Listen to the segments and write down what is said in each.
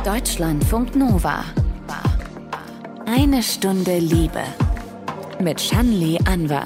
Deutschlandfunk Nova. Eine Stunde Liebe. Mit Shanli Anwar.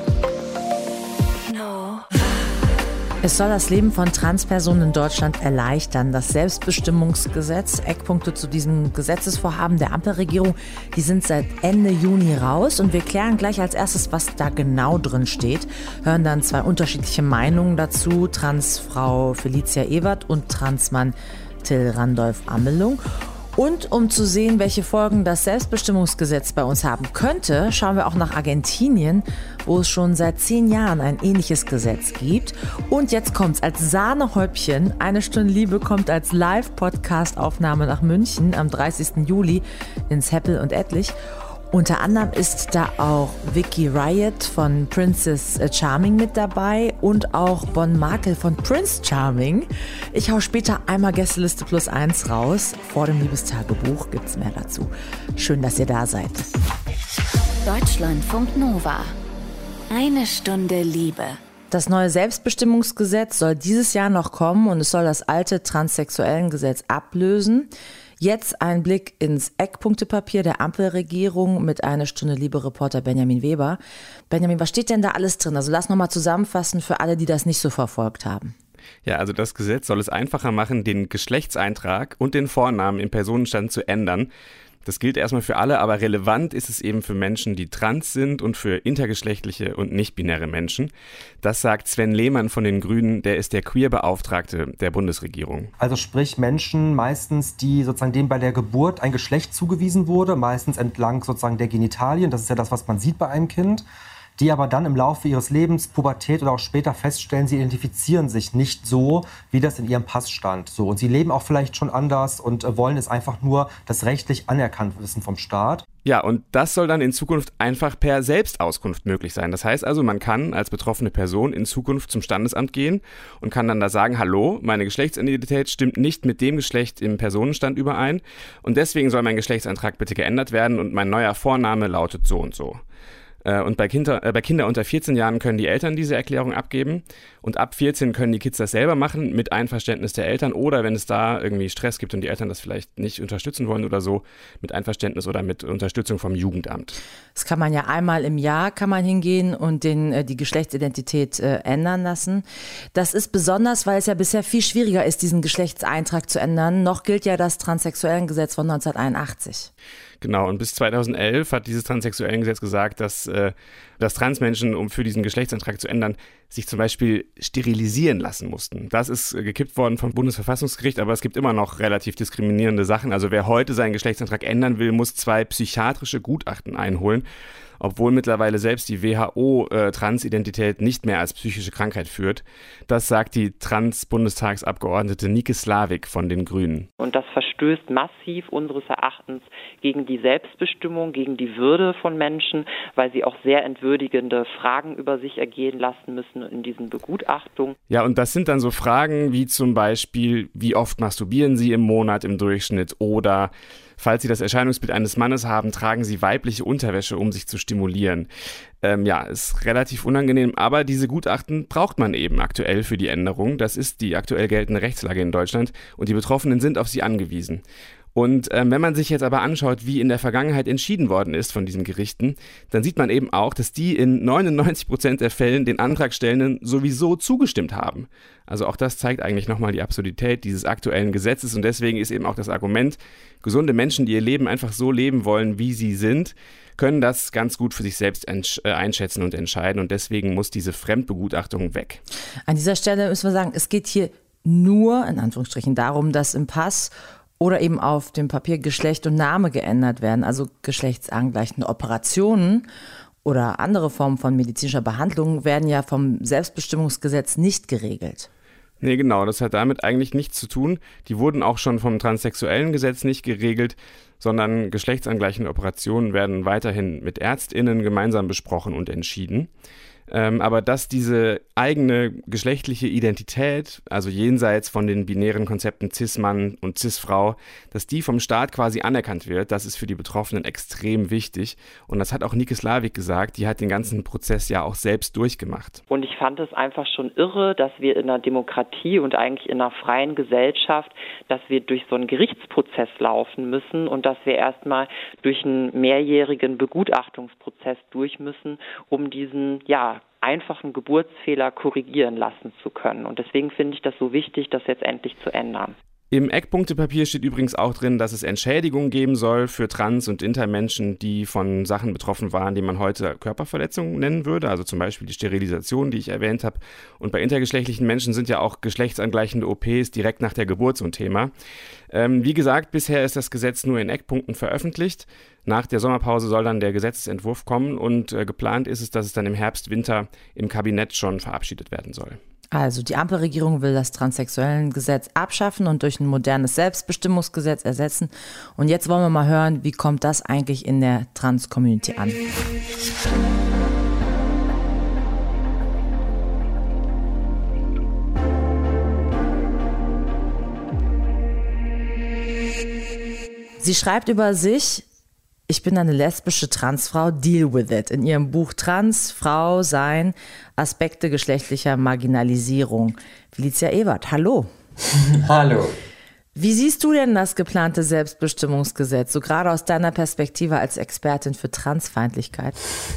Es soll das Leben von Transpersonen in Deutschland erleichtern. Das Selbstbestimmungsgesetz, Eckpunkte zu diesem Gesetzesvorhaben der Ampelregierung, die sind seit Ende Juni raus. Und wir klären gleich als erstes, was da genau drin steht. Hören dann zwei unterschiedliche Meinungen dazu. Transfrau Felicia Ewert und Transmann Till Randolph Amelung. Und um zu sehen, welche Folgen das Selbstbestimmungsgesetz bei uns haben könnte, schauen wir auch nach Argentinien, wo es schon seit 10 Jahren ein ähnliches Gesetz gibt. Und jetzt kommt's als Sahnehäubchen. Eine Stunde Liebe kommt als Live-Podcast-Aufnahme nach München am 30. Juli ins Heppel und Ettlich. Unter anderem ist da auch Vicky Riot von Princess Charming mit dabei und auch Bon Makel von Prince Charming. Ich hau später einmal Gästeliste +1 raus. Vor dem Liebestagebuch gibt's mehr dazu. Schön, dass ihr da seid. Deutschlandfunk Nova. Eine Stunde Liebe. Das neue Selbstbestimmungsgesetz soll dieses Jahr noch kommen und es soll das alte Transsexuellengesetz ablösen. Jetzt ein Blick ins Eckpunktepapier der Ampelregierung mit Eine Stunde Liebe-Reporter Benjamin Weber. Benjamin, was steht denn da alles drin? Also lass nochmal zusammenfassen für alle, die das nicht so verfolgt haben. Ja, also das Gesetz soll es einfacher machen, den Geschlechtseintrag und den Vornamen im Personenstand zu ändern. Das gilt erstmal für alle, aber relevant ist es eben für Menschen, die trans sind und für intergeschlechtliche und nicht-binäre Menschen. Das sagt Sven Lehmann von den Grünen, der ist der Queer-Beauftragte der Bundesregierung. Also sprich Menschen meistens, die sozusagen denen bei der Geburt ein Geschlecht zugewiesen wurde, meistens entlang sozusagen der Genitalien, das ist ja das, was man sieht bei einem Kind, die aber dann im Laufe ihres Lebens, Pubertät oder auch später feststellen, sie identifizieren sich nicht so, wie das in ihrem Pass stand. So, und sie leben auch vielleicht schon anders und wollen es einfach nur das rechtlich anerkannt wissen vom Staat. Ja, und das soll dann in Zukunft einfach per Selbstauskunft möglich sein. Das heißt also, man kann als betroffene Person in Zukunft zum Standesamt gehen und kann dann da sagen, hallo, meine Geschlechtsidentität stimmt nicht mit dem Geschlecht im Personenstand überein und deswegen soll mein Geschlechtseintrag bitte geändert werden und mein neuer Vorname lautet so und so. Und bei Kindern unter 14 Jahren können die Eltern diese Erklärung abgeben und ab 14 können die Kids das selber machen mit Einverständnis der Eltern oder wenn es da irgendwie Stress gibt und die Eltern das vielleicht nicht unterstützen wollen oder so, mit Einverständnis oder mit Unterstützung vom Jugendamt. Das kann man ja einmal im Jahr kann man hingehen und die Geschlechtsidentität ändern lassen. Das ist besonders, weil es ja bisher viel schwieriger ist, diesen Geschlechtseintrag zu ändern. Noch gilt ja das Transsexuellengesetz von 1981. Genau, und bis 2011 hat dieses Transsexuellengesetz gesagt, dass Transmenschen, um für diesen Geschlechtsantrag zu ändern, sich zum Beispiel sterilisieren lassen mussten. Das ist gekippt worden vom Bundesverfassungsgericht, aber es gibt immer noch relativ diskriminierende Sachen. Also wer heute seinen Geschlechtsantrag ändern will, muss 2 psychiatrische Gutachten einholen, obwohl mittlerweile selbst die WHO Transidentität nicht mehr als psychische Krankheit führt. Das sagt die Trans-Bundestagsabgeordnete Nike Slavik von den Grünen. Und das verstößt massiv unseres Erachtens gegen die Selbstbestimmung, gegen die Würde von Menschen, weil sie auch sehr entwürdigende Fragen über sich ergehen lassen müssen in diesen Begutachtungen. Ja, und das sind dann so Fragen wie zum Beispiel, wie oft masturbieren Sie im Monat im Durchschnitt oder falls Sie das Erscheinungsbild eines Mannes haben, tragen Sie weibliche Unterwäsche, um sich zu stimulieren. Ja, ist relativ unangenehm, aber diese Gutachten braucht man eben aktuell für die Änderung. Das ist die aktuell geltende Rechtslage in Deutschland und die Betroffenen sind auf sie angewiesen. Und wenn man sich jetzt aber anschaut, wie in der Vergangenheit entschieden worden ist von diesen Gerichten, dann sieht man eben auch, dass die in 99% der Fällen den Antragstellenden sowieso zugestimmt haben. Also auch das zeigt eigentlich nochmal die Absurdität dieses aktuellen Gesetzes und deswegen ist eben auch das Argument, gesunde Menschen, die ihr Leben einfach so leben wollen, wie sie sind, können das ganz gut für sich selbst einschätzen und entscheiden und deswegen muss diese Fremdbegutachtung weg. An dieser Stelle müssen wir sagen, es geht hier nur, in Anführungsstrichen, darum, dass im Pass oder eben auf dem Papier Geschlecht und Name geändert werden, also geschlechtsangleichende Operationen oder andere Formen von medizinischer Behandlung werden ja vom Selbstbestimmungsgesetz nicht geregelt. Nee, genau, das hat damit eigentlich nichts zu tun. Die wurden auch schon vom transsexuellen Gesetz nicht geregelt, sondern geschlechtsangleichende Operationen werden weiterhin mit ÄrztInnen gemeinsam besprochen und entschieden. Aber dass diese eigene geschlechtliche Identität, also jenseits von den binären Konzepten Cis-Mann und Cis-Frau, dass die vom Staat quasi anerkannt wird, das ist für die Betroffenen extrem wichtig. Und das hat auch Nike Slavik gesagt, die hat den ganzen Prozess ja auch selbst durchgemacht. Und ich fand es einfach schon irre, dass wir in einer Demokratie und eigentlich in einer freien Gesellschaft, dass wir durch so einen Gerichtsprozess laufen müssen und dass wir erstmal durch einen mehrjährigen Begutachtungsprozess durch müssen, um diesen, einfachen Geburtsfehler korrigieren lassen zu können. Und deswegen finde ich das so wichtig, das jetzt endlich zu ändern. Im Eckpunktepapier steht übrigens auch drin, dass es Entschädigungen geben soll für Trans- und Intermenschen, die von Sachen betroffen waren, die man heute Körperverletzungen nennen würde, also zum Beispiel die Sterilisation, die ich erwähnt habe. Und bei intergeschlechtlichen Menschen sind ja auch geschlechtsangleichende OPs direkt nach der Geburt so ein Thema. Wie gesagt, bisher ist das Gesetz nur in Eckpunkten veröffentlicht. Nach der Sommerpause soll dann der Gesetzesentwurf kommen und geplant ist es, dass es dann im Herbst, Winter im Kabinett schon verabschiedet werden soll. Also die Ampelregierung will das Transsexuellengesetz abschaffen und durch ein modernes Selbstbestimmungsgesetz ersetzen. Und jetzt wollen wir mal hören, wie kommt das eigentlich in der Trans-Community an? Sie schreibt über sich: Ich bin eine lesbische Transfrau, deal with it. In ihrem Buch Trans, Frau, Sein, Aspekte geschlechtlicher Marginalisierung. Felicia Ewert, hallo. Hallo. Wie siehst du denn das geplante Selbstbestimmungsgesetz, so gerade aus deiner Perspektive als Expertin für Transfeindlichkeit?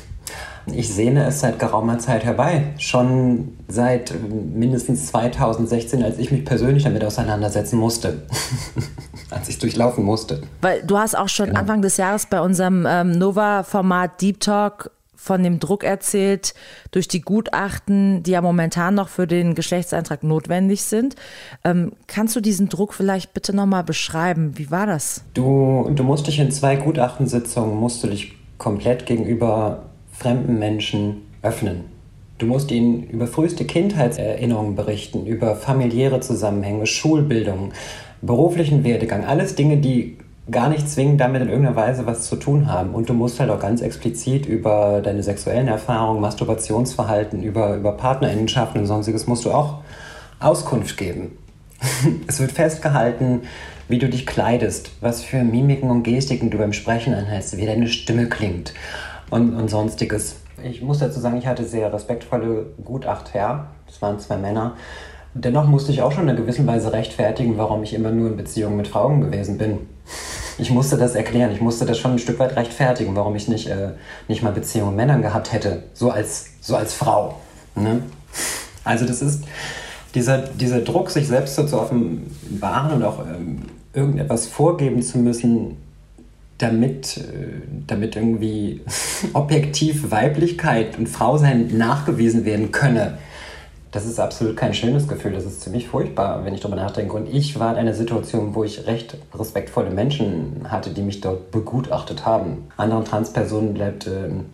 Ich sehne es seit geraumer Zeit herbei. Schon seit mindestens 2016, als ich mich persönlich damit auseinandersetzen musste. Als ich es durchlaufen musste. Weil du hast auch schon Anfang des Jahres bei unserem Nova-Format Deep Talk von dem Druck erzählt, durch die Gutachten, die ja momentan noch für den Geschlechtseintrag notwendig sind. Kannst du diesen Druck vielleicht bitte nochmal beschreiben? Wie war das? Du musst dich in 2 Gutachtensitzungen, komplett gegenüber fremden Menschen öffnen. Du musst ihnen über früheste Kindheitserinnerungen berichten, über familiäre Zusammenhänge, Schulbildung, beruflichen Werdegang, alles Dinge, die gar nicht zwingend damit in irgendeiner Weise was zu tun haben. Und du musst halt auch ganz explizit über deine sexuellen Erfahrungen, Masturbationsverhalten, über Partnerinnenschaften und sonstiges musst du auch Auskunft geben. Es wird festgehalten, wie du dich kleidest, was für Mimiken und Gestiken du beim Sprechen anhältst, wie deine Stimme klingt und sonstiges. Ich muss dazu sagen, ich hatte sehr respektvolle Gutachter, es waren 2 Männer. Dennoch musste ich auch schon in einer gewissen Weise rechtfertigen, warum ich immer nur in Beziehungen mit Frauen gewesen bin. Ich musste das erklären, ich musste das schon ein Stück weit rechtfertigen, warum ich nicht mal Beziehungen mit Männern gehabt hätte, so als Frau. Ne? Also das ist dieser Druck, sich selbst so zu offenbaren und auch irgendetwas vorgeben zu müssen, damit irgendwie objektiv Weiblichkeit und Frausein nachgewiesen werden könne. Das ist absolut kein schönes Gefühl, das ist ziemlich furchtbar, wenn ich darüber nachdenke. Und ich war in einer Situation, wo ich recht respektvolle Menschen hatte, die mich dort begutachtet haben. Anderen Transpersonen bleibt,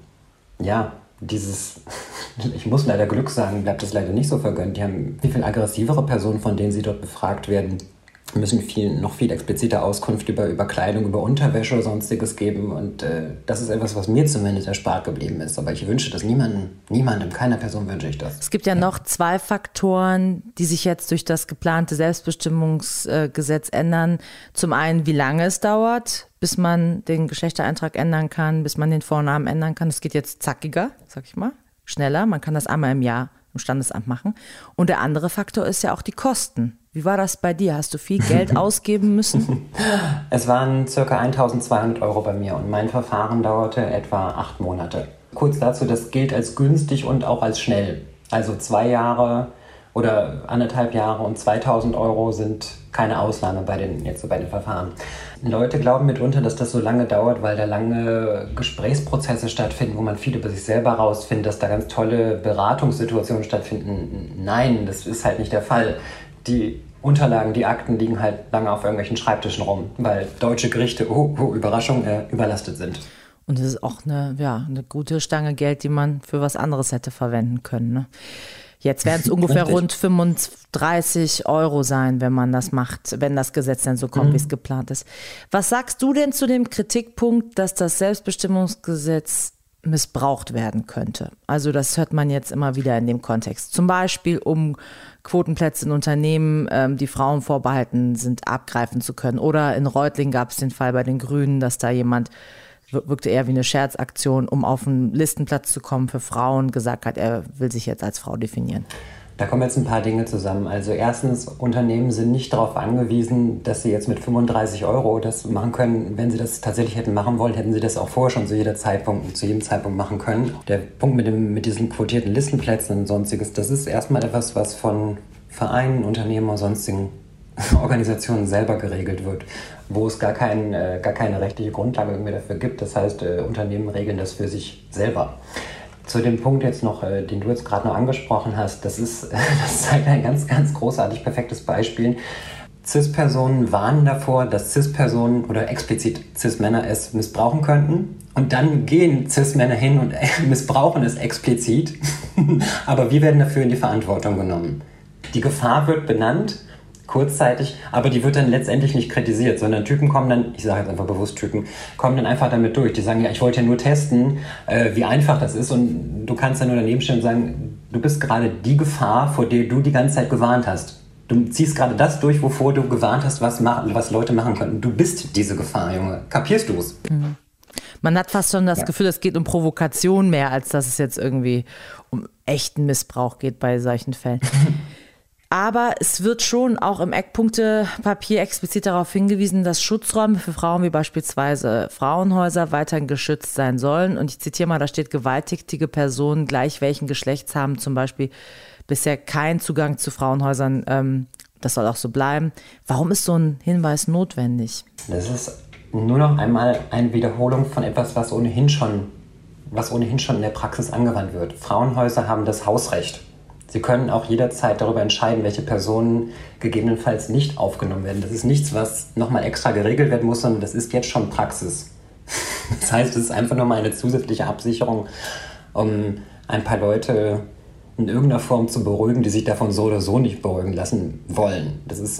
ich muss leider Glück sagen, bleibt es leider nicht so vergönnt. Die haben viel aggressivere Personen, von denen sie dort befragt werden, müssen noch viel expliziter Auskunft über Kleidung, über Unterwäsche oder sonstiges geben. Und das ist etwas, was mir zumindest erspart geblieben ist. Aber ich wünsche das niemandem, keiner Person wünsche ich das. Es gibt ja noch 2 Faktoren, die sich jetzt durch das geplante Selbstbestimmungsgesetz ändern. Zum einen, wie lange es dauert, bis man den Geschlechtereintrag ändern kann, bis man den Vornamen ändern kann. Es geht jetzt zackiger, sag ich mal, schneller. Man kann das einmal im Jahr im Standesamt machen. Und der andere Faktor ist ja auch die Kosten. Wie war das bei dir? Hast du viel Geld ausgeben müssen? Es waren ca. 1.200 € bei mir und mein Verfahren dauerte etwa 8 Monate. Kurz dazu, das gilt als günstig und auch als schnell. Also 2 Jahre oder 1,5 Jahre und 2.000 € sind keine Ausnahme bei den Verfahren. Leute glauben mitunter, dass das so lange dauert, weil da lange Gesprächsprozesse stattfinden, wo man viel über sich selber rausfindet, dass da ganz tolle Beratungssituationen stattfinden. Nein, das ist halt nicht der Fall. Die Unterlagen, die Akten liegen halt lange auf irgendwelchen Schreibtischen rum, weil deutsche Gerichte, Überraschung, überlastet sind. Und das ist auch eine gute Stange Geld, die man für was anderes hätte verwenden können. Ne? Jetzt werden es ungefähr rund 35 € sein, wenn man das macht, wenn das Gesetz dann so kommt, wie es geplant ist. Was sagst du denn zu dem Kritikpunkt, dass das Selbstbestimmungsgesetz missbraucht werden könnte. Also das hört man jetzt immer wieder in dem Kontext. Zum Beispiel, um Quotenplätze in Unternehmen, die Frauen vorbehalten sind, abgreifen zu können. Oder in Reutlingen gab es den Fall bei den Grünen, dass da jemand, wirkte eher wie eine Scherzaktion, um auf einen Listenplatz zu kommen für Frauen, gesagt hat, er will sich jetzt als Frau definieren. Da kommen jetzt ein paar Dinge zusammen. Also erstens, Unternehmen sind nicht darauf angewiesen, dass sie jetzt mit 35 € das machen können. Wenn sie das tatsächlich hätten machen wollen, hätten sie das auch vorher schon zu jedem Zeitpunkt machen können. Der Punkt mit diesen quotierten Listenplätzen und sonstiges, das ist erstmal etwas, was von Vereinen, Unternehmen und sonstigen Organisationen selber geregelt wird, wo es gar keine rechtliche Grundlage irgendwie dafür gibt. Das heißt, Unternehmen regeln das für sich selber. Zu dem Punkt jetzt noch, den du jetzt gerade noch angesprochen hast, das zeigt ein ganz, ganz großartig perfektes Beispiel. Cis-Personen warnen davor, dass Cis-Personen oder explizit Cis-Männer es missbrauchen könnten. Und dann gehen Cis-Männer hin und missbrauchen es explizit. Aber wir werden dafür in die Verantwortung genommen. Die Gefahr wird benannt, kurzzeitig, aber die wird dann letztendlich nicht kritisiert, sondern Typen kommen dann, ich sage jetzt einfach bewusst Typen, kommen dann einfach damit durch. Die sagen, ja, ich wollte ja nur testen, wie einfach das ist, und du kannst dann nur daneben stehen und sagen, du bist gerade die Gefahr, vor der du die ganze Zeit gewarnt hast. Du ziehst gerade das durch, wovor du gewarnt hast, was Leute machen könnten. Du bist diese Gefahr, Junge. Kapierst du es? Mhm. Man hat fast schon das Gefühl, es geht um Provokation mehr, als dass es jetzt irgendwie um echten Missbrauch geht bei solchen Fällen. Aber es wird schon auch im Eckpunktepapier explizit darauf hingewiesen, dass Schutzräume für Frauen wie beispielsweise Frauenhäuser weiterhin geschützt sein sollen. Und ich zitiere mal, da steht, gewalttätige Personen gleich welchen Geschlechts haben zum Beispiel bisher keinen Zugang zu Frauenhäusern. Das soll auch so bleiben. Warum ist so ein Hinweis notwendig? Das ist nur noch einmal eine Wiederholung von etwas, was ohnehin schon in der Praxis angewandt wird. Frauenhäuser haben das Hausrecht. Sie können auch jederzeit darüber entscheiden, welche Personen gegebenenfalls nicht aufgenommen werden. Das ist nichts, was nochmal extra geregelt werden muss, sondern das ist jetzt schon Praxis. Das heißt, es ist einfach nochmal eine zusätzliche Absicherung, um ein paar Leute in irgendeiner Form zu beruhigen, die sich davon so oder so nicht beruhigen lassen wollen.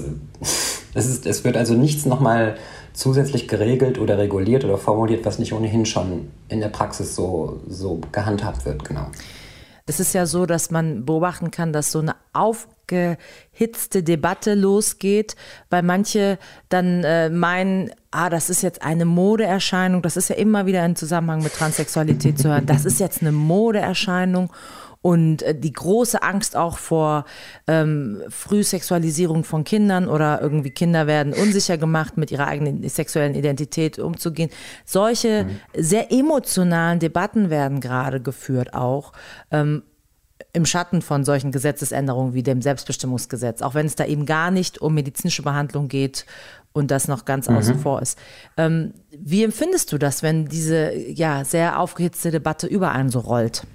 Es wird also nichts nochmal zusätzlich geregelt oder reguliert oder formuliert, was nicht ohnehin schon in der Praxis so gehandhabt wird, genau. Es ist ja so, dass man beobachten kann, dass so eine aufgehitzte Debatte losgeht, weil manche dann meinen, das ist jetzt eine Modeerscheinung, das ist ja immer wieder im Zusammenhang mit Transsexualität zu hören, das ist jetzt eine Modeerscheinung. Und die große Angst auch vor Frühsexualisierung von Kindern oder irgendwie Kinder werden unsicher gemacht, mit ihrer eigenen sexuellen Identität umzugehen. Solche sehr emotionalen Debatten werden gerade geführt auch im Schatten von solchen Gesetzesänderungen wie dem Selbstbestimmungsgesetz, auch wenn es da eben gar nicht um medizinische Behandlung geht und das noch ganz außen vor ist. Wie empfindest du das, wenn diese sehr aufgehitzte Debatte über einen so rollt?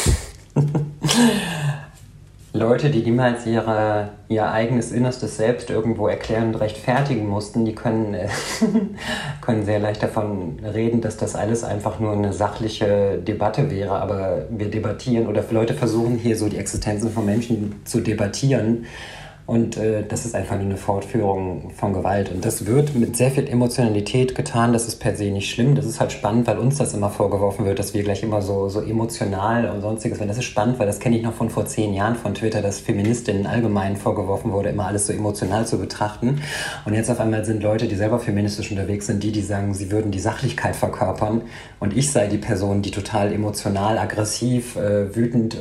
Leute, die niemals ihr eigenes innerstes Selbst irgendwo erklären und rechtfertigen mussten, die können sehr leicht davon reden, dass das alles einfach nur eine sachliche Debatte wäre. Aber wir debattieren, oder Leute versuchen hier so die Existenzen von Menschen zu debattieren. Und das ist einfach nur eine Fortführung von Gewalt. Und das wird mit sehr viel Emotionalität getan. Das ist per se nicht schlimm. Das ist halt spannend, weil uns das immer vorgeworfen wird, dass wir gleich immer so emotional und sonstiges werden. Das ist spannend, weil das kenne ich noch von vor 10 Jahren von Twitter, dass Feministinnen allgemein vorgeworfen wurde, immer alles so emotional zu betrachten. Und jetzt auf einmal sind Leute, die selber feministisch unterwegs sind, die sagen, sie würden die Sachlichkeit verkörpern. Und ich sei die Person, die total emotional, aggressiv, wütend,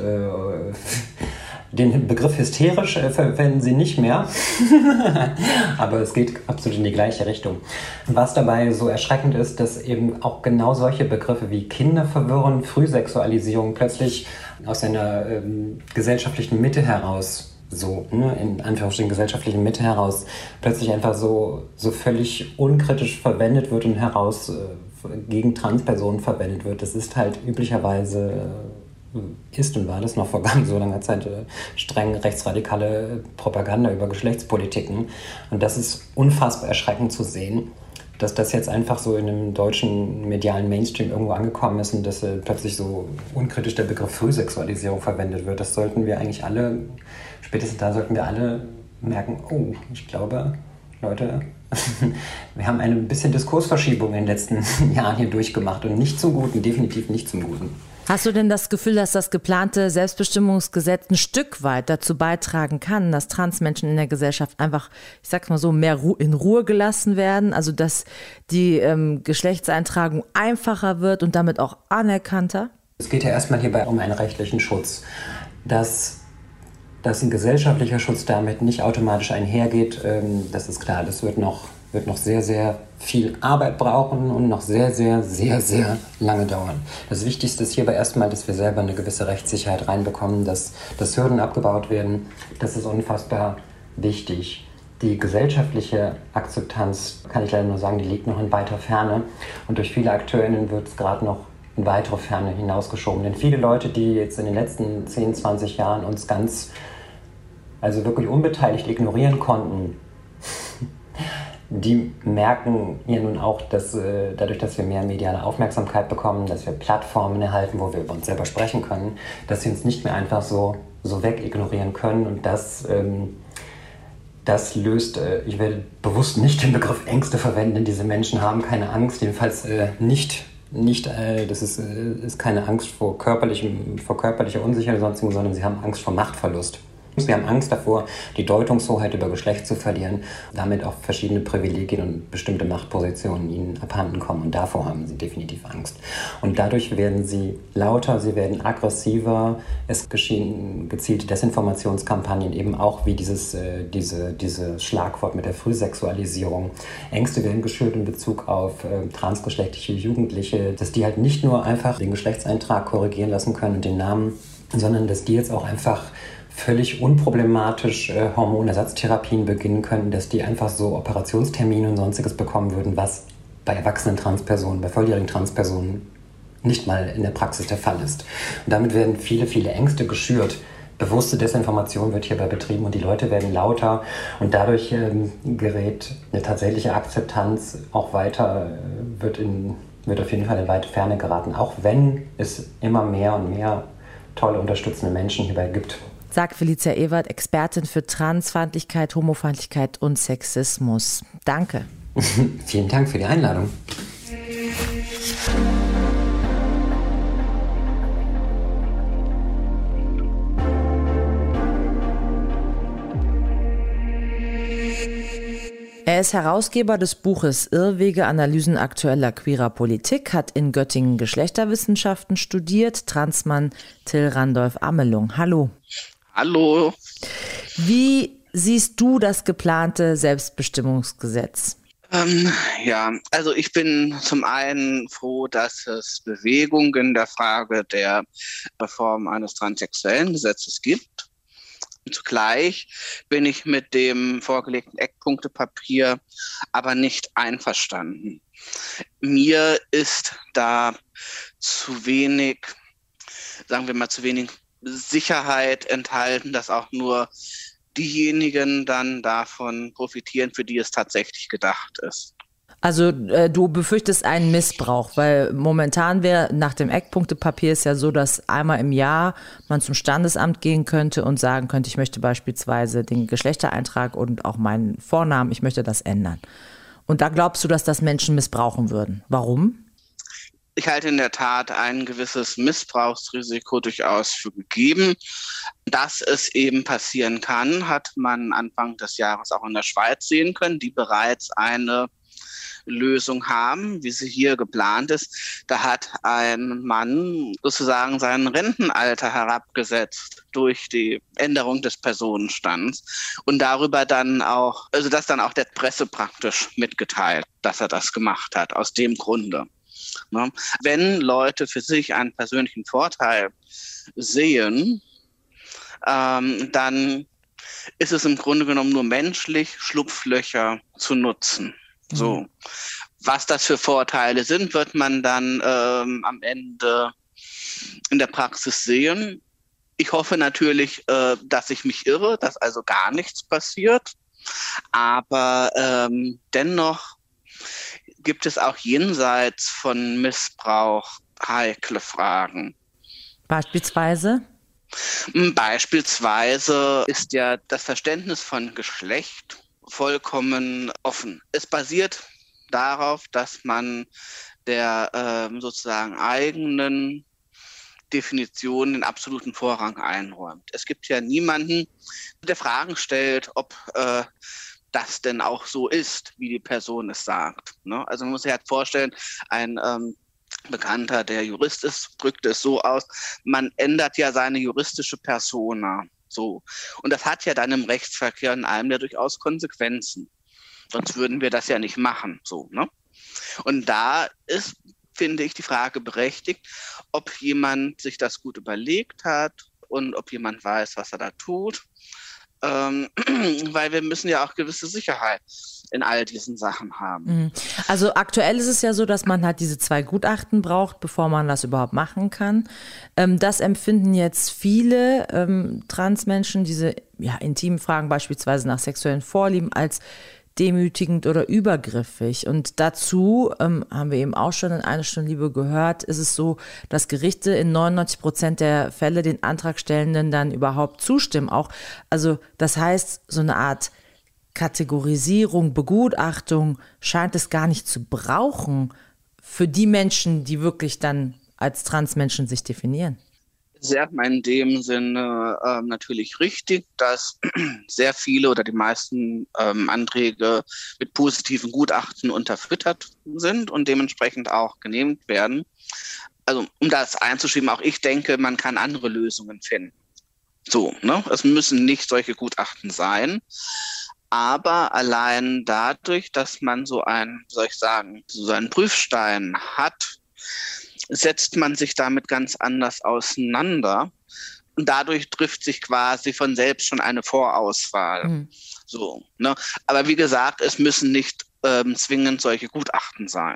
den Begriff hysterisch verwenden sie nicht mehr, aber es geht absolut in die gleiche Richtung. Was dabei so erschreckend ist, dass eben auch genau solche Begriffe wie Kinderverwirrung, Frühsexualisierung plötzlich aus einer gesellschaftlichen Mitte heraus, in Anführungsstrichen gesellschaftlichen Mitte heraus, plötzlich einfach so völlig unkritisch verwendet wird und gegen Transpersonen verwendet wird. Das ist halt üblicherweise ist und war das noch vor gar nicht so langer Zeit streng rechtsradikale Propaganda über Geschlechtspolitiken. Und das ist unfassbar erschreckend zu sehen, dass das jetzt einfach so in einem deutschen medialen Mainstream irgendwo angekommen ist und dass plötzlich so unkritisch der Begriff Frühsexualisierung verwendet wird. Spätestens da sollten wir alle merken, ich glaube, Leute, wir haben eine bisschen Diskursverschiebung in den letzten Jahren hier durchgemacht und nicht zum Guten, definitiv nicht zum Guten. Hast du denn das Gefühl, dass das geplante Selbstbestimmungsgesetz ein Stück weit dazu beitragen kann, dass Transmenschen in der Gesellschaft einfach, ich sag's mal so, mehr in Ruhe gelassen werden? Also dass die Geschlechtseintragung einfacher wird und damit auch anerkannter? Es geht ja erstmal hierbei um einen rechtlichen Schutz. Dass ein gesellschaftlicher Schutz damit nicht automatisch einhergeht, das ist klar. Das wird noch sehr, sehr viel Arbeit brauchen und noch sehr, sehr, sehr, sehr lange dauern. Das Wichtigste ist hierbei erstmal, dass wir selber eine gewisse Rechtssicherheit reinbekommen, dass Hürden abgebaut werden. Das ist unfassbar wichtig. Die gesellschaftliche Akzeptanz, kann ich leider nur sagen, die liegt noch in weiter Ferne. Und durch viele AkteurInnen wird es gerade noch in weitere Ferne hinausgeschoben. Denn viele Leute, die jetzt in den letzten 10, 20 Jahren uns also wirklich unbeteiligt ignorieren konnten, die merken ja nun auch, dass dadurch, dass wir mehr mediale Aufmerksamkeit bekommen, dass wir Plattformen erhalten, wo wir über uns selber sprechen können, dass sie uns nicht mehr einfach so wegignorieren können. Und das löst, ich werde bewusst nicht den Begriff Ängste verwenden, denn diese Menschen haben keine Angst, jedenfalls nicht, das ist keine Angst vor körperlicher Unsicherheit oder sonstigen, sondern sie haben Angst vor Machtverlust. Sie haben Angst davor, die Deutungshoheit über Geschlecht zu verlieren, damit auch verschiedene Privilegien und bestimmte Machtpositionen ihnen abhanden kommen. Und davor haben sie definitiv Angst. Und dadurch werden sie lauter, sie werden aggressiver. Es geschehen gezielte Desinformationskampagnen, eben auch wie dieses Schlagwort mit der Frühsexualisierung. Ängste werden geschürt in Bezug auf transgeschlechtliche Jugendliche, dass die halt nicht nur einfach den Geschlechtseintrag korrigieren lassen können und den Namen, sondern dass die jetzt auch einfach völlig unproblematisch Hormonersatztherapien beginnen können, dass die einfach so Operationstermine und sonstiges bekommen würden, was bei erwachsenen Transpersonen, bei volljährigen Transpersonen nicht mal in der Praxis der Fall ist. Und damit werden viele, viele Ängste geschürt. Bewusste Desinformation wird hierbei betrieben und die Leute werden lauter und dadurch gerät eine tatsächliche Akzeptanz auch weiter, wird auf jeden Fall in weite Ferne geraten, auch wenn es immer mehr und mehr tolle, unterstützende Menschen hierbei gibt. Sagt Felicia Ewert, Expertin für Transfeindlichkeit, Homofeindlichkeit und Sexismus. Danke. Vielen Dank für die Einladung. Er ist Herausgeber des Buches Irrwege, Analysen aktueller queerer Politik, hat in Göttingen Geschlechterwissenschaften studiert. Transmann Till Randolph Amelung. Hallo. Hallo. Wie siehst du das geplante Selbstbestimmungsgesetz? Also ich bin zum einen froh, dass es Bewegung in der Frage der Reform eines transsexuellen Gesetzes gibt. Zugleich bin ich mit dem vorgelegten Eckpunktepapier aber nicht einverstanden. Mir ist da zu wenig Sicherheit enthalten, dass auch nur diejenigen dann davon profitieren, für die es tatsächlich gedacht ist. Also du befürchtest einen Missbrauch, weil momentan wäre nach dem Eckpunktepapier ist ja so, dass einmal im Jahr man zum Standesamt gehen könnte und sagen könnte, ich möchte beispielsweise den Geschlechtereintrag und auch meinen Vornamen, ich möchte das ändern. Und da glaubst du, dass das Menschen missbrauchen würden. Warum? Ich halte in der Tat ein gewisses Missbrauchsrisiko durchaus für gegeben. Dass es eben passieren kann, hat man Anfang des Jahres auch in der Schweiz sehen können, die bereits eine Lösung haben, wie sie hier geplant ist. Da hat ein Mann sozusagen sein Rentenalter herabgesetzt durch die Änderung des Personenstands und darüber dann auch, also das dann auch der Presse praktisch mitgeteilt, dass er das gemacht hat, aus dem Grunde. Wenn Leute für sich einen persönlichen Vorteil sehen, dann ist es im Grunde genommen nur menschlich, Schlupflöcher zu nutzen. So, was das für Vorteile sind, wird man dann am Ende in der Praxis sehen. Ich hoffe natürlich, dass ich mich irre, dass also gar nichts passiert. Aber dennoch gibt es auch jenseits von Missbrauch heikle Fragen. Beispielsweise? Beispielsweise ist ja das Verständnis von Geschlecht vollkommen offen. Es basiert darauf, dass man der sozusagen eigenen Definition den absoluten Vorrang einräumt. Es gibt ja niemanden, der Fragen stellt, ob das denn auch so ist, wie die Person es sagt. Ne? Also man muss sich halt vorstellen, ein Bekannter, der Jurist ist, drückt es so aus, man ändert ja seine juristische Persona. So. Und das hat ja dann im Rechtsverkehr in allem ja durchaus Konsequenzen. Sonst würden wir das ja nicht machen. So, ne? Und da ist, finde ich, die Frage berechtigt, ob jemand sich das gut überlegt hat und ob jemand weiß, was er da tut. Weil wir müssen ja auch gewisse Sicherheit in all diesen Sachen haben. Also aktuell ist es ja so, dass man halt diese 2 Gutachten braucht, bevor man das überhaupt machen kann. Das empfinden jetzt viele Transmenschen, diese intimen Fragen beispielsweise nach sexuellen Vorlieben, als demütigend oder übergriffig. Und dazu haben wir eben auch schon in Eine Stunde Liebe gehört, ist es so, dass Gerichte in 99% der Fälle den Antragstellenden dann überhaupt zustimmen. Auch, also das heißt, so eine Art Kategorisierung, Begutachtung scheint es gar nicht zu brauchen für die Menschen, die wirklich dann als Transmenschen sich definieren. Das ist erstmal in dem Sinne natürlich richtig, dass sehr viele oder die meisten Anträge mit positiven Gutachten unterfüttert sind und dementsprechend auch genehmigt werden. Also um das einzuschieben, auch ich denke, man kann andere Lösungen finden. So, ne? Es müssen nicht solche Gutachten sein. Aber allein dadurch, dass man so einen Prüfstein hat, setzt man sich damit ganz anders auseinander. Und dadurch trifft sich quasi von selbst schon eine Vorauswahl. So, ne? Aber wie gesagt, es müssen nicht zwingend solche Gutachten sein.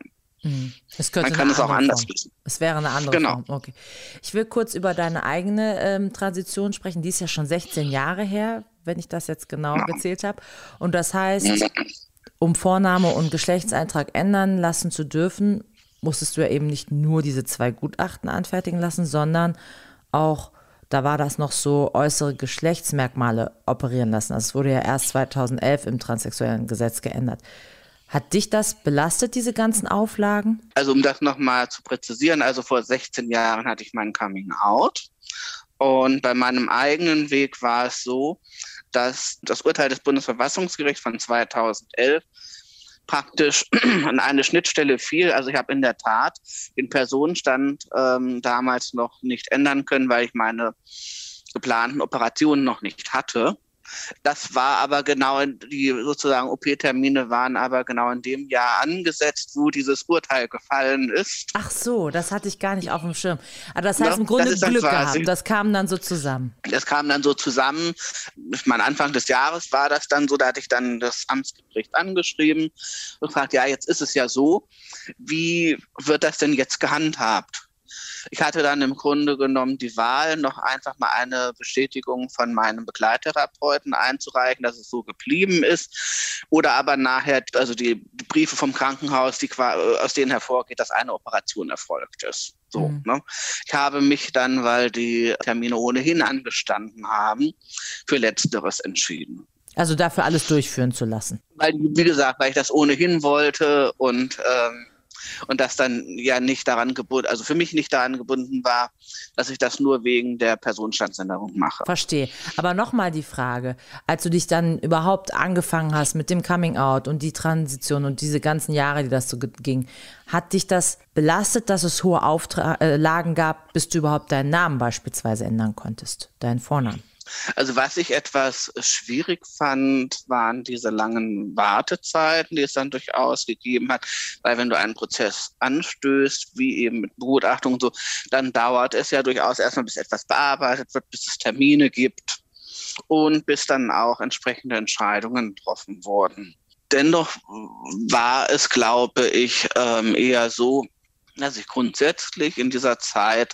Man kann es auch anders lösen. Es wäre eine andere Form. Okay. Ich will kurz über deine eigene Transition sprechen. Die ist ja schon 16 Jahre her, wenn ich das jetzt genau gezählt habe. Und das heißt, um Vorname und Geschlechtseintrag ändern lassen zu dürfen, musstest du ja eben nicht nur diese 2 Gutachten anfertigen lassen, sondern auch, da war das noch so, äußere Geschlechtsmerkmale operieren lassen. Also es wurde ja erst 2011 im transsexuellen Gesetz geändert. Hat dich das belastet, diese ganzen Auflagen? Also um das nochmal zu präzisieren, also vor 16 Jahren hatte ich mein Coming Out und bei meinem eigenen Weg war es so, dass das Urteil des Bundesverfassungsgerichts von 2011 praktisch an eine Schnittstelle fiel. Also ich habe in der Tat den Personenstand damals noch nicht ändern können, weil ich meine geplanten Operationen noch nicht hatte. Das war aber genau, die sozusagen OP-Termine waren aber genau in dem Jahr angesetzt, wo dieses Urteil gefallen ist. Ach so, das hatte ich gar nicht auf dem Schirm. Aber das heißt im Grunde Glück gehabt, das kam dann so zusammen. Das kam dann so zusammen. Ich meine, Anfang des Jahres war das dann so, da hatte ich dann das Amtsgericht angeschrieben und gefragt, ja, jetzt ist es ja so, wie wird das denn jetzt gehandhabt? Ich hatte dann im Grunde genommen die Wahl, noch einfach mal eine Bestätigung von meinem Begleittherapeuten einzureichen, dass es so geblieben ist. Oder aber nachher, also die Briefe vom Krankenhaus, aus denen hervorgeht, dass eine Operation erfolgt ist. So, ne? Ich habe mich dann, weil die Termine ohnehin angestanden haben, für Letzteres entschieden. Also dafür alles durchführen zu lassen? Weil, wie gesagt, weil ich das ohnehin wollte und das dann ja nicht daran gebunden, also für mich nicht daran gebunden war, dass ich das nur wegen der Personenstandsänderung mache. Verstehe. Aber nochmal die Frage, als du dich dann überhaupt angefangen hast mit dem Coming Out und die Transition und diese ganzen Jahre, die das so ging, hat dich das belastet, dass es hohe Auflagen gab, bis du überhaupt deinen Namen beispielsweise ändern konntest, deinen Vornamen? Also was ich etwas schwierig fand, waren diese langen Wartezeiten, die es dann durchaus gegeben hat, weil wenn du einen Prozess anstößt, wie eben mit Begutachtung und so, dann dauert es ja durchaus erstmal, bis etwas bearbeitet wird, bis es Termine gibt und bis dann auch entsprechende Entscheidungen getroffen wurden. Dennoch war es, glaube ich, eher so, dass ich grundsätzlich in dieser Zeit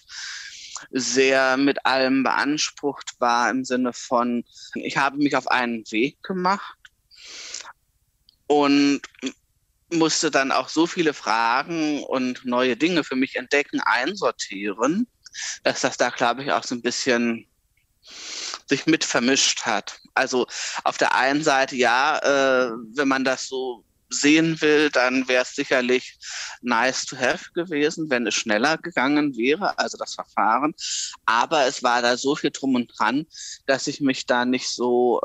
sehr mit allem beansprucht war, im Sinne von, ich habe mich auf einen Weg gemacht und musste dann auch so viele Fragen und neue Dinge für mich entdecken, einsortieren, dass das da, glaube ich, auch so ein bisschen sich mit vermischt hat. Also auf der einen Seite wenn man das so sehen will, dann wäre es sicherlich nice to have gewesen, wenn es schneller gegangen wäre, also das Verfahren. Aber es war da so viel drum und dran, dass ich mich da nicht so,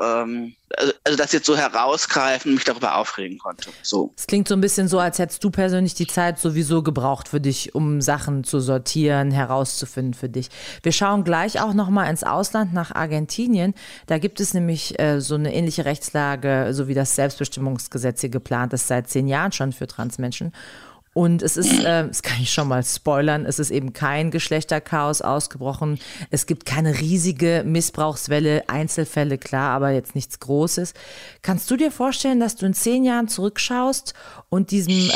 das jetzt so herausgreifen und mich darüber aufregen konnte. So. Es klingt so ein bisschen so, als hättest du persönlich die Zeit sowieso gebraucht für dich, um Sachen zu sortieren, herauszufinden für dich. Wir schauen gleich auch nochmal ins Ausland, nach Argentinien. Da gibt es nämlich so eine ähnliche Rechtslage, so wie das Selbstbestimmungsgesetz hier geplant ist, seit 10 Jahren schon für Transmenschen. Und es ist, das kann ich schon mal spoilern, es ist eben kein Geschlechterchaos ausgebrochen. Es gibt keine riesige Missbrauchswelle, Einzelfälle, klar, aber jetzt nichts Großes. Kannst du dir vorstellen, dass du in 10 Jahren zurückschaust und diesem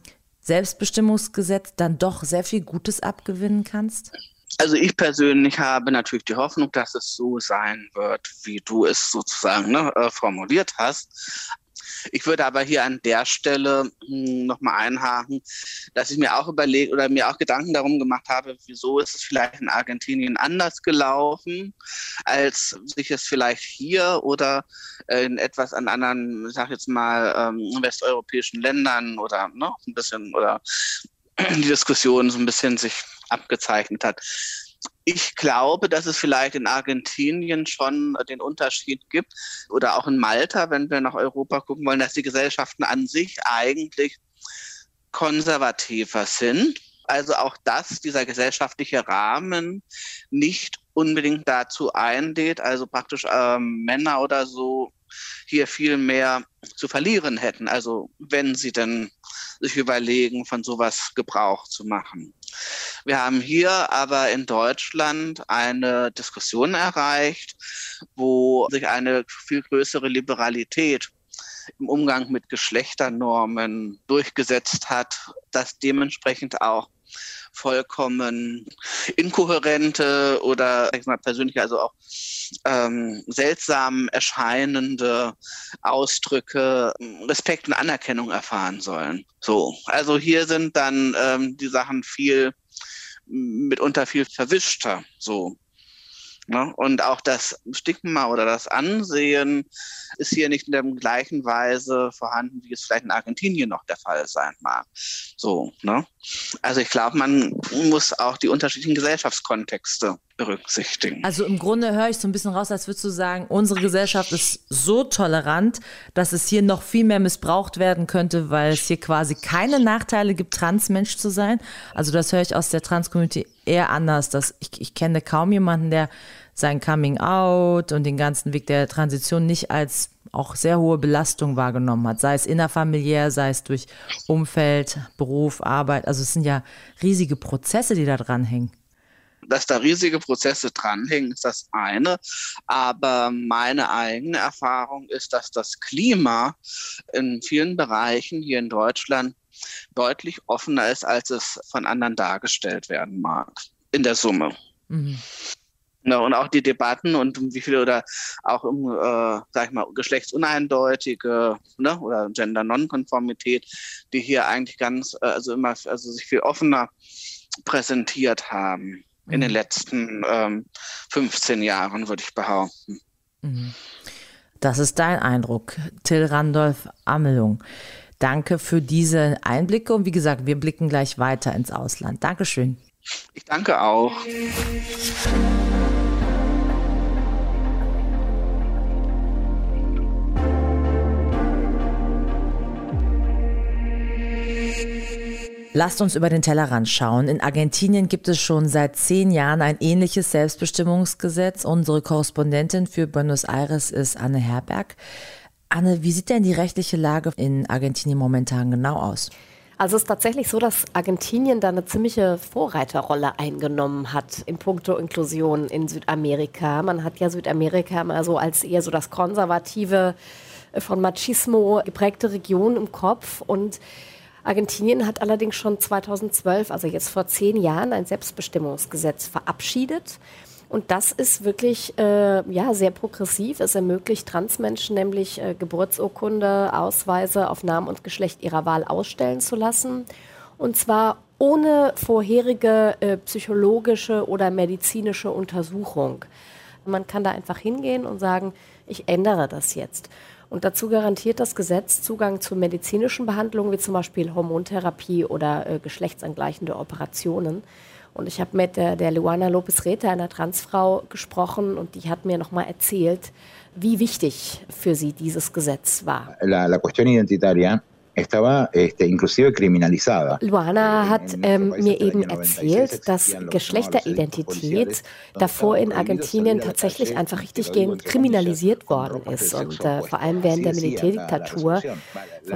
Selbstbestimmungsgesetz dann doch sehr viel Gutes abgewinnen kannst? Also ich persönlich habe natürlich die Hoffnung, dass es so sein wird, wie du es sozusagen formuliert hast. Ich würde aber hier an der Stelle nochmal einhaken, dass ich mir auch überlegt oder mir auch Gedanken darum gemacht habe, wieso ist es vielleicht in Argentinien anders gelaufen, als sich es vielleicht hier oder in etwas an anderen, ich sag jetzt mal, westeuropäischen Ländern oder ein bisschen oder die Diskussion so ein bisschen sich abgezeichnet hat. Ich glaube, dass es vielleicht in Argentinien schon den Unterschied gibt oder auch in Malta, wenn wir nach Europa gucken wollen, dass die Gesellschaften an sich eigentlich konservativer sind. Also auch dieser gesellschaftliche Rahmen nicht unbedingt dazu einlädt, also praktisch Männer oder so hier viel mehr zu verlieren hätten. Also wenn sie denn sich überlegen, von sowas Gebrauch zu machen. Wir haben hier aber in Deutschland eine Diskussion erreicht, wo sich eine viel größere Liberalität im Umgang mit Geschlechternormen durchgesetzt hat, dass dementsprechend auch vollkommen inkohärente oder sag ich mal persönlich also auch seltsam erscheinende Ausdrücke Respekt und Anerkennung erfahren sollen. So, also hier sind dann die Sachen mitunter viel verwischter. So. Ne? Und auch das Stigma oder das Ansehen ist hier nicht in der gleichen Weise vorhanden, wie es vielleicht in Argentinien noch der Fall sein mag. So, ne? Also ich glaube, man muss auch die unterschiedlichen Gesellschaftskontexte berücksichtigen. Also im Grunde höre ich so ein bisschen raus, als würdest du sagen, unsere Gesellschaft ist so tolerant, dass es hier noch viel mehr missbraucht werden könnte, weil es hier quasi keine Nachteile gibt, Transmensch zu sein. Also das höre ich aus der Trans-Community eher anders. Ich kenne kaum jemanden, der sein Coming-out und den ganzen Weg der Transition nicht als auch sehr hohe Belastung wahrgenommen hat. Sei es innerfamiliär, sei es durch Umfeld, Beruf, Arbeit. Also es sind ja riesige Prozesse, die da dranhängen. Dass da riesige Prozesse dranhängen, ist das eine. Aber meine eigene Erfahrung ist, dass das Klima in vielen Bereichen hier in Deutschland deutlich offener ist, als es von anderen dargestellt werden mag. In der Summe. Mhm. Ja, und auch die Debatten und wie viele oder auch sag ich mal, geschlechtsuneindeutige oder Gender-Nonkonformität, die hier eigentlich sich viel offener präsentiert haben in den letzten 15 Jahren, würde ich behaupten. Das ist dein Eindruck, Till Randolph Amelung. Danke für diese Einblicke und wie gesagt, wir blicken gleich weiter ins Ausland. Dankeschön. Ich danke auch. Lasst uns über den Tellerrand schauen. In Argentinien gibt es schon seit 10 Jahren ein ähnliches Selbstbestimmungsgesetz. Unsere Korrespondentin für Buenos Aires ist Anne Herberg. Anne, wie sieht denn die rechtliche Lage in Argentinien momentan genau aus? Also es ist tatsächlich so, dass Argentinien da eine ziemliche Vorreiterrolle eingenommen hat in puncto Inklusion in Südamerika. Man hat ja Südamerika immer so als eher so das konservative, von Machismo geprägte Region im Kopf und Argentinien hat allerdings schon 2012, also jetzt vor 10 Jahren, ein Selbstbestimmungsgesetz verabschiedet. Und das ist wirklich sehr progressiv. Es ermöglicht Transmenschen nämlich Geburtsurkunde, Ausweise auf Namen und Geschlecht ihrer Wahl ausstellen zu lassen. Und zwar ohne vorherige psychologische oder medizinische Untersuchung. Man kann da einfach hingehen und sagen, ich ändere das jetzt. Und dazu garantiert das Gesetz Zugang zu medizinischen Behandlungen, wie zum Beispiel Hormontherapie oder geschlechtsangleichende Operationen. Und ich habe mit der Luana López Reta, einer Transfrau, gesprochen und die hat mir nochmal erzählt, wie wichtig für sie dieses Gesetz war. La cuestión identitaria estaba inclusive criminalizada. Luana hat mir eben erzählt, dass Geschlechteridentität davor in Argentinien tatsächlich einfach richtig kriminalisiert worden ist. Und vor allem während der Militärdiktatur von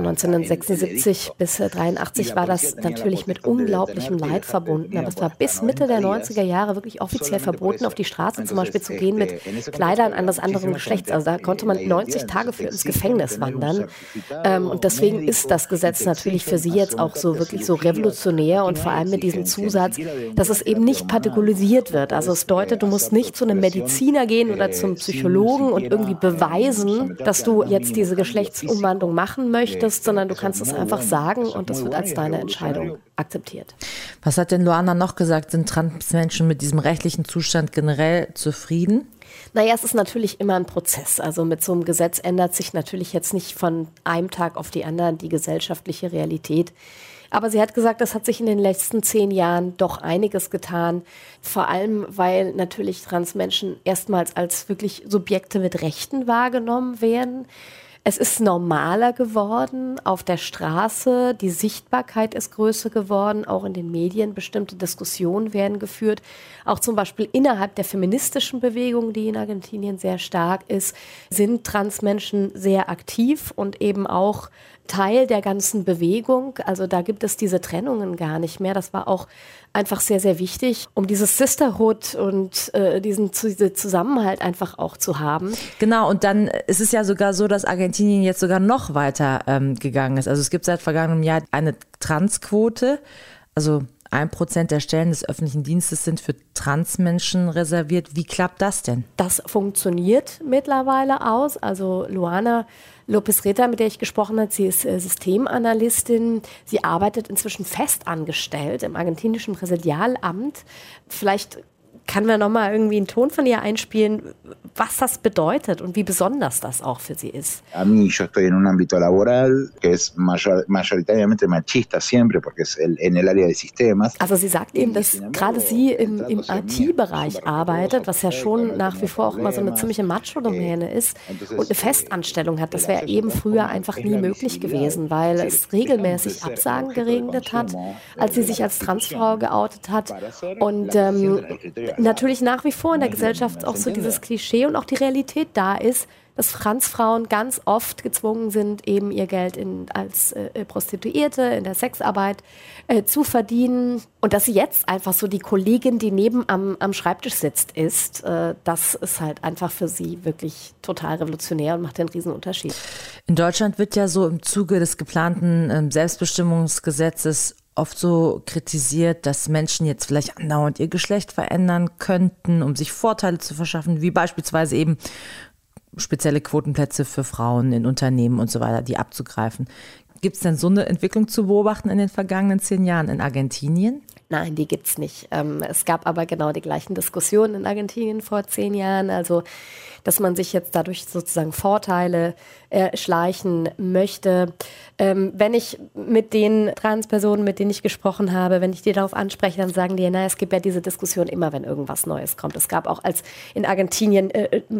1976 bis 1983 war das natürlich mit unglaublichem Leid verbunden. Aber es war bis Mitte der 90er Jahre wirklich offiziell verboten, auf die Straße zum Beispiel zu gehen mit Kleidern eines anderen Geschlechts. Also da konnte man 90 Tage für ins Gefängnis wandern. Und deswegen ist das Gesetz natürlich für sie jetzt auch so wirklich so revolutionär und vor allem mit diesem Zusatz, dass es eben nicht pathologisiert wird. Also es bedeutet, du musst nicht zu einem Mediziner gehen oder zum Psychologen und irgendwie beweisen, dass du jetzt diese Geschlechtsumwandlung machen möchtest, sondern du kannst es einfach sagen und das wird als deine Entscheidung akzeptiert. Was hat denn Luana noch gesagt? Sind Transmenschen mit diesem rechtlichen Zustand generell zufrieden? Naja, es ist natürlich immer ein Prozess. Also mit so einem Gesetz ändert sich natürlich jetzt nicht von einem Tag auf die anderen die gesellschaftliche Realität. Aber sie hat gesagt, es hat sich in den letzten 10 Jahren doch einiges getan. Vor allem, weil natürlich Transmenschen erstmals als wirklich Subjekte mit Rechten wahrgenommen werden. Es ist normaler geworden auf der Straße, die Sichtbarkeit ist größer geworden, auch in den Medien, bestimmte Diskussionen werden geführt. Auch zum Beispiel innerhalb der feministischen Bewegung, die in Argentinien sehr stark ist, sind Transmenschen sehr aktiv und eben auch Teil der ganzen Bewegung. Also da gibt es diese Trennungen gar nicht mehr. Das war auch einfach sehr, sehr wichtig, um dieses Sisterhood und diesen Zusammenhalt einfach auch zu haben. Genau, und dann ist es ja sogar so, dass Argentinien jetzt sogar noch weiter gegangen ist. Also es gibt seit vergangenem Jahr eine Transquote, also 1% der Stellen des öffentlichen Dienstes sind für Transmenschen reserviert. Wie klappt das denn? Das funktioniert mittlerweile aus. Also Luana López Reta, mit der ich gesprochen habe, sie ist Systemanalystin. Sie arbeitet inzwischen festangestellt im argentinischen Präsidialamt. Vielleicht kann man noch mal irgendwie einen Ton von ihr einspielen, was das bedeutet und wie besonders das auch für sie ist. A mí, yo estoy en un ámbito laboral que es mayoritariamente machista siempre, porque es en el área de sistemas. Also sie sagt eben, dass gerade sie im IT-Bereich arbeitet, was ja schon nach wie vor auch immer so eine ziemliche Macho-Domäne ist und eine Festanstellung hat. Das wäre eben früher einfach nie möglich gewesen, weil es regelmäßig Absagen geregnet hat, als sie sich als Transfrau geoutet hat. Und natürlich nach wie vor in der Gesellschaft auch so dieses Klischee und auch die Realität da ist, dass Transfrauen ganz oft gezwungen sind, eben ihr Geld als Prostituierte in der Sexarbeit zu verdienen. Und dass sie jetzt einfach so die Kollegin, die neben am Schreibtisch sitzt, ist, das ist halt einfach für sie wirklich total revolutionär und macht einen riesen Unterschied. In Deutschland wird ja so im Zuge des geplanten Selbstbestimmungsgesetzes oft so kritisiert, dass Menschen jetzt vielleicht andauernd ihr Geschlecht verändern könnten, um sich Vorteile zu verschaffen, wie beispielsweise eben spezielle Quotenplätze für Frauen in Unternehmen und so weiter, die abzugreifen. Gibt es denn so eine Entwicklung zu beobachten in den vergangenen 10 Jahren in Argentinien? Nein, die gibt's nicht. Es gab aber genau die gleichen Diskussionen in Argentinien vor 10 Jahren. Also, dass man sich jetzt dadurch sozusagen Vorteile schleichen möchte. Wenn ich mit den Transpersonen, mit denen ich gesprochen habe, wenn ich die darauf anspreche, dann sagen die, es gibt ja diese Diskussion immer, wenn irgendwas Neues kommt. Es gab auch, als in Argentinien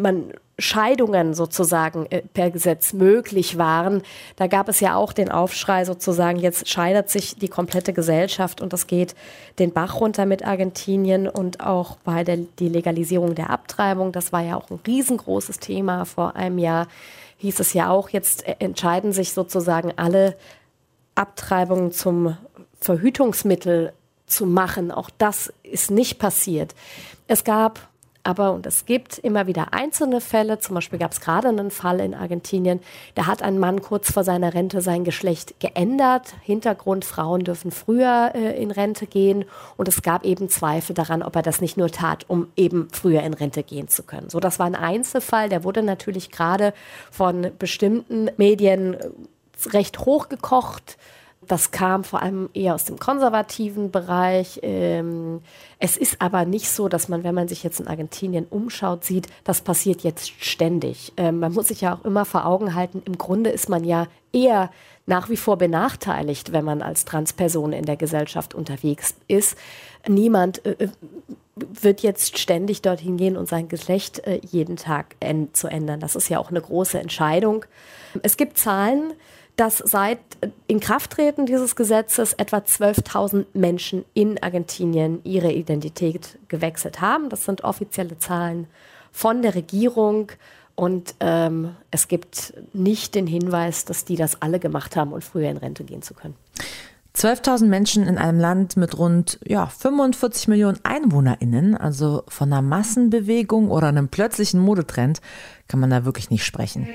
Scheidungen sozusagen per Gesetz möglich waren, da gab es ja auch den Aufschrei sozusagen, jetzt scheidert sich die komplette Gesellschaft und das geht den Bach runter mit Argentinien und auch bei die Legalisierung der Abtreibung, das war ja auch ein riesengroßes Thema vor einem Jahr, hieß es ja auch, jetzt entscheiden sich sozusagen alle Abtreibungen zum Verhütungsmittel zu machen. Auch das ist nicht passiert. Es gab und es gibt immer wieder einzelne Fälle, zum Beispiel gab es gerade einen Fall in Argentinien, da hat ein Mann kurz vor seiner Rente sein Geschlecht geändert. Hintergrund, Frauen dürfen früher in Rente gehen und es gab eben Zweifel daran, ob er das nicht nur tat, um eben früher in Rente gehen zu können. So, das war ein Einzelfall, der wurde natürlich gerade von bestimmten Medien recht hochgekocht. Das kam vor allem eher aus dem konservativen Bereich. Es ist aber nicht so, dass man, wenn man sich jetzt in Argentinien umschaut, sieht, das passiert jetzt ständig. Man muss sich ja auch immer vor Augen halten, im Grunde ist man ja eher nach wie vor benachteiligt, wenn man als Transperson in der Gesellschaft unterwegs ist. Niemand wird jetzt ständig dorthin gehen und sein Geschlecht jeden Tag zu ändern. Das ist ja auch eine große Entscheidung. Es gibt Zahlen, dass seit Inkrafttreten dieses Gesetzes etwa 12.000 Menschen in Argentinien ihre Identität gewechselt haben. Das sind offizielle Zahlen von der Regierung. Und es gibt nicht den Hinweis, dass die das alle gemacht haben und früher in Rente gehen zu können. 12.000 Menschen in einem Land mit rund 45 Millionen EinwohnerInnen, also von einer Massenbewegung oder einem plötzlichen Modetrend, kann man da wirklich nicht sprechen.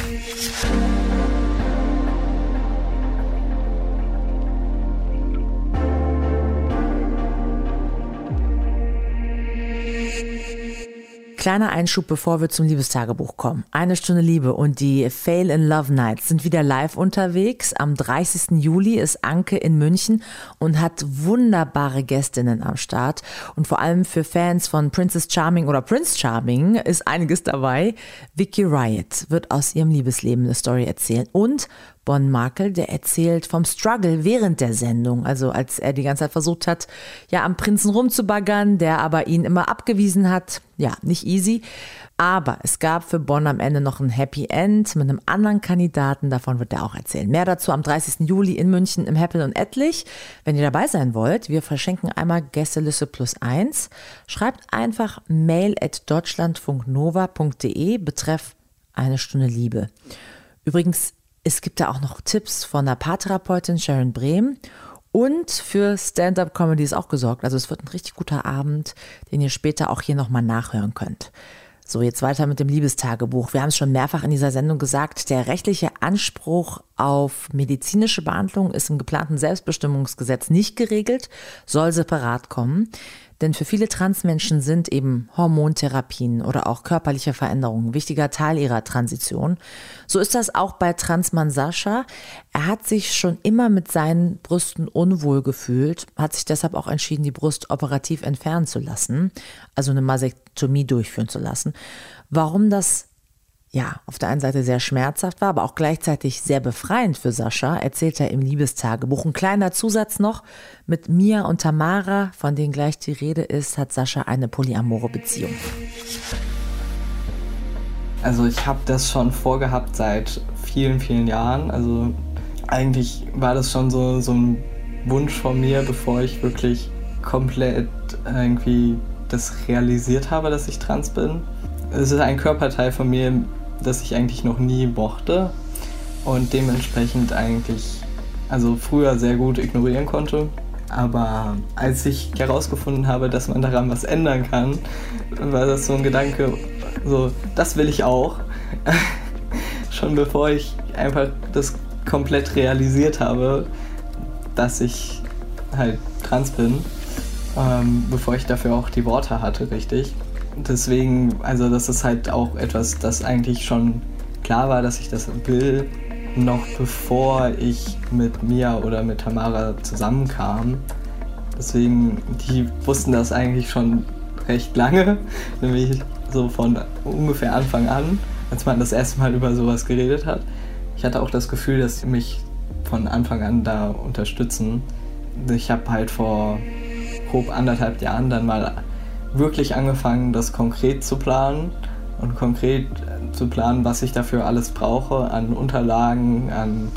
Kleiner Einschub, bevor wir zum Liebestagebuch kommen. 1 Stunde Liebe und die Fail in Love Nights sind wieder live unterwegs. Am 30. Juli ist Anke in München und hat wunderbare Gästinnen am Start. Und vor allem für Fans von Princess Charming oder Prince Charming ist einiges dabei. Vicky Riot wird aus ihrem Liebesleben eine Story erzählen. Und Bon Markel, der erzählt vom Struggle während der Sendung, also als er die ganze Zeit versucht hat, am Prinzen rumzubaggern, der aber ihn immer abgewiesen hat. Ja, nicht easy. Aber es gab für Bon am Ende noch ein Happy End mit einem anderen Kandidaten, davon wird er auch erzählen. Mehr dazu am 30. Juli in München im Heppel und Ettlich. Wenn ihr dabei sein wollt, wir verschenken einmal Gästeliste +1. Schreibt einfach mail@deutschlandfunknova.de betreff 1 Stunde Liebe. Übrigens, es gibt da auch noch Tipps von der Paartherapeutin Sharon Brehm und für Stand-up-Comedy ist auch gesorgt. Also es wird ein richtig guter Abend, den ihr später auch hier nochmal nachhören könnt. So, jetzt weiter mit dem Liebestagebuch. Wir haben es schon mehrfach in dieser Sendung gesagt, der rechtliche Anspruch auf medizinische Behandlung ist im geplanten Selbstbestimmungsgesetz nicht geregelt, soll separat kommen. Denn für viele Transmenschen sind eben Hormontherapien oder auch körperliche Veränderungen ein wichtiger Teil ihrer Transition. So ist das auch bei Transmann Sascha. Er hat sich schon immer mit seinen Brüsten unwohl gefühlt, hat sich deshalb auch entschieden, die Brust operativ entfernen zu lassen, also eine Mastektomie durchführen zu lassen. Warum das auf der einen Seite sehr schmerzhaft war, aber auch gleichzeitig sehr befreiend für Sascha, erzählt er im Liebestagebuch. Ein kleiner Zusatz noch, mit Mia und Tamara, von denen gleich die Rede ist, hat Sascha eine polyamore Beziehung. Also ich habe das schon vorgehabt seit vielen, vielen Jahren. Also eigentlich war das schon so ein Wunsch von mir, bevor ich wirklich komplett irgendwie das realisiert habe, dass ich trans bin. Es ist ein Körperteil von mir, das ich eigentlich noch nie mochte und dementsprechend eigentlich früher sehr gut ignorieren konnte. Aber als ich herausgefunden habe, dass man daran was ändern kann, war das so ein Gedanke, so, das will ich auch. Schon bevor ich einfach das komplett realisiert habe, dass ich halt trans bin, bevor ich dafür auch die Worte hatte, richtig. Deswegen, das ist halt auch etwas, das eigentlich schon klar war, dass ich das will, noch bevor ich mit Mia oder mit Tamara zusammenkam. Deswegen, die wussten das eigentlich schon recht lange, nämlich so von ungefähr Anfang an, als man das erste Mal über sowas geredet hat. Ich hatte auch das Gefühl, dass sie mich von Anfang an da unterstützen. Ich habe halt vor grob 1,5 Jahren dann mal wirklich angefangen, das konkret zu planen und konkret zu planen, was ich dafür alles brauche, an Unterlagen, an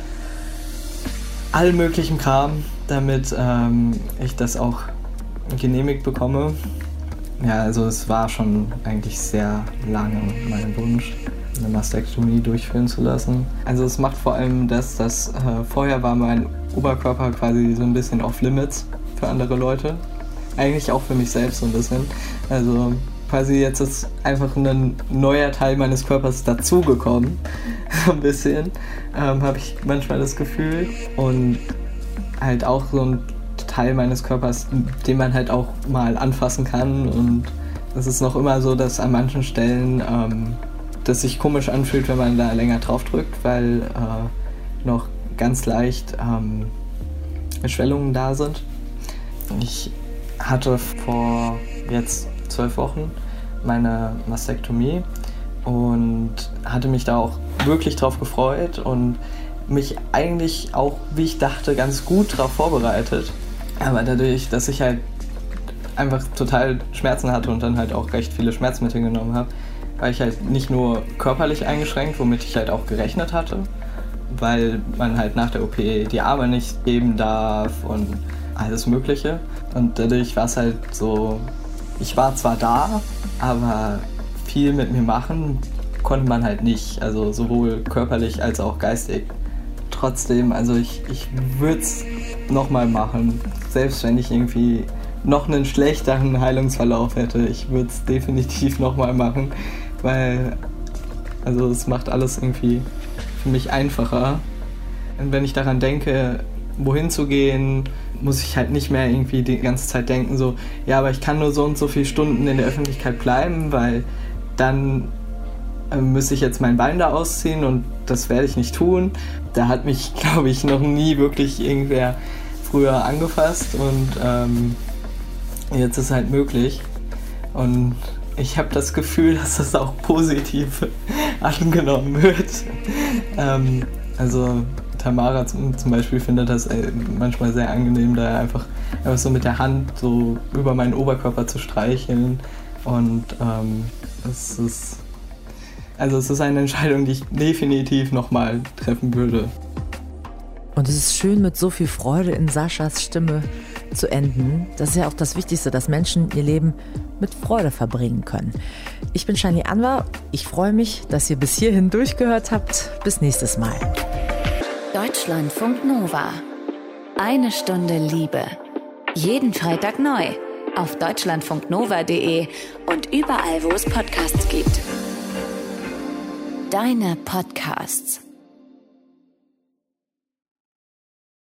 all möglichen Kram, damit ich das auch genehmigt bekomme. Ja, also es war schon eigentlich sehr lange mein Wunsch, eine Mastektomie durchführen zu lassen. Also es macht vor allem das, dass vorher war mein Oberkörper quasi so ein bisschen off limits für andere Leute. Eigentlich auch für mich selbst so ein bisschen. Also quasi jetzt ist einfach ein neuer Teil meines Körpers dazugekommen. So ein bisschen. Habe ich manchmal das Gefühl. Und halt auch so ein Teil meines Körpers, den man halt auch mal anfassen kann. Und es ist noch immer so, dass an manchen Stellen das sich komisch anfühlt, wenn man da länger drauf drückt, weil noch ganz leicht Schwellungen da sind. Ich hatte vor jetzt 12 Wochen meine Mastektomie und hatte mich da auch wirklich drauf gefreut und mich eigentlich auch, wie ich dachte, ganz gut darauf vorbereitet. Aber dadurch, dass ich halt einfach total Schmerzen hatte und dann halt auch recht viele Schmerzmittel genommen habe, war ich halt nicht nur körperlich eingeschränkt, womit ich halt auch gerechnet hatte, weil man halt nach der OP die Arme nicht geben darf und alles Mögliche. Und dadurch war es halt so, ich war zwar da, aber viel mit mir machen konnte man halt nicht, also sowohl körperlich als auch geistig. Trotzdem, also ich würde es nochmal machen, selbst wenn ich irgendwie noch einen schlechteren Heilungsverlauf hätte. Ich würde es definitiv nochmal machen, weil also es macht alles irgendwie für mich einfacher. Und wenn ich daran denke, wohin zu gehen, muss ich halt nicht mehr irgendwie die ganze Zeit denken, so, ja, aber ich kann nur so und so viele Stunden in der Öffentlichkeit bleiben, weil dann müsste ich jetzt mein Bein da ausziehen und das werde ich nicht tun. Da hat mich, glaube ich, noch nie wirklich irgendwer früher angefasst und jetzt ist es halt möglich. Und ich habe das Gefühl, dass das auch positiv angenommen wird. Also Tamara zum Beispiel findet das manchmal sehr angenehm, da einfach so mit der Hand so über meinen Oberkörper zu streicheln. Und es ist eine Entscheidung, die ich definitiv nochmal treffen würde. Und es ist schön, mit so viel Freude in Saschas Stimme zu enden. Das ist ja auch das Wichtigste, dass Menschen ihr Leben mit Freude verbringen können. Ich bin Shani Anwar. Ich freue mich, dass ihr bis hierhin durchgehört habt. Bis nächstes Mal. Deutschlandfunk Nova. Eine Stunde Liebe. Jeden Freitag neu. Auf deutschlandfunknova.de und überall, wo es Podcasts gibt. Deine Podcasts.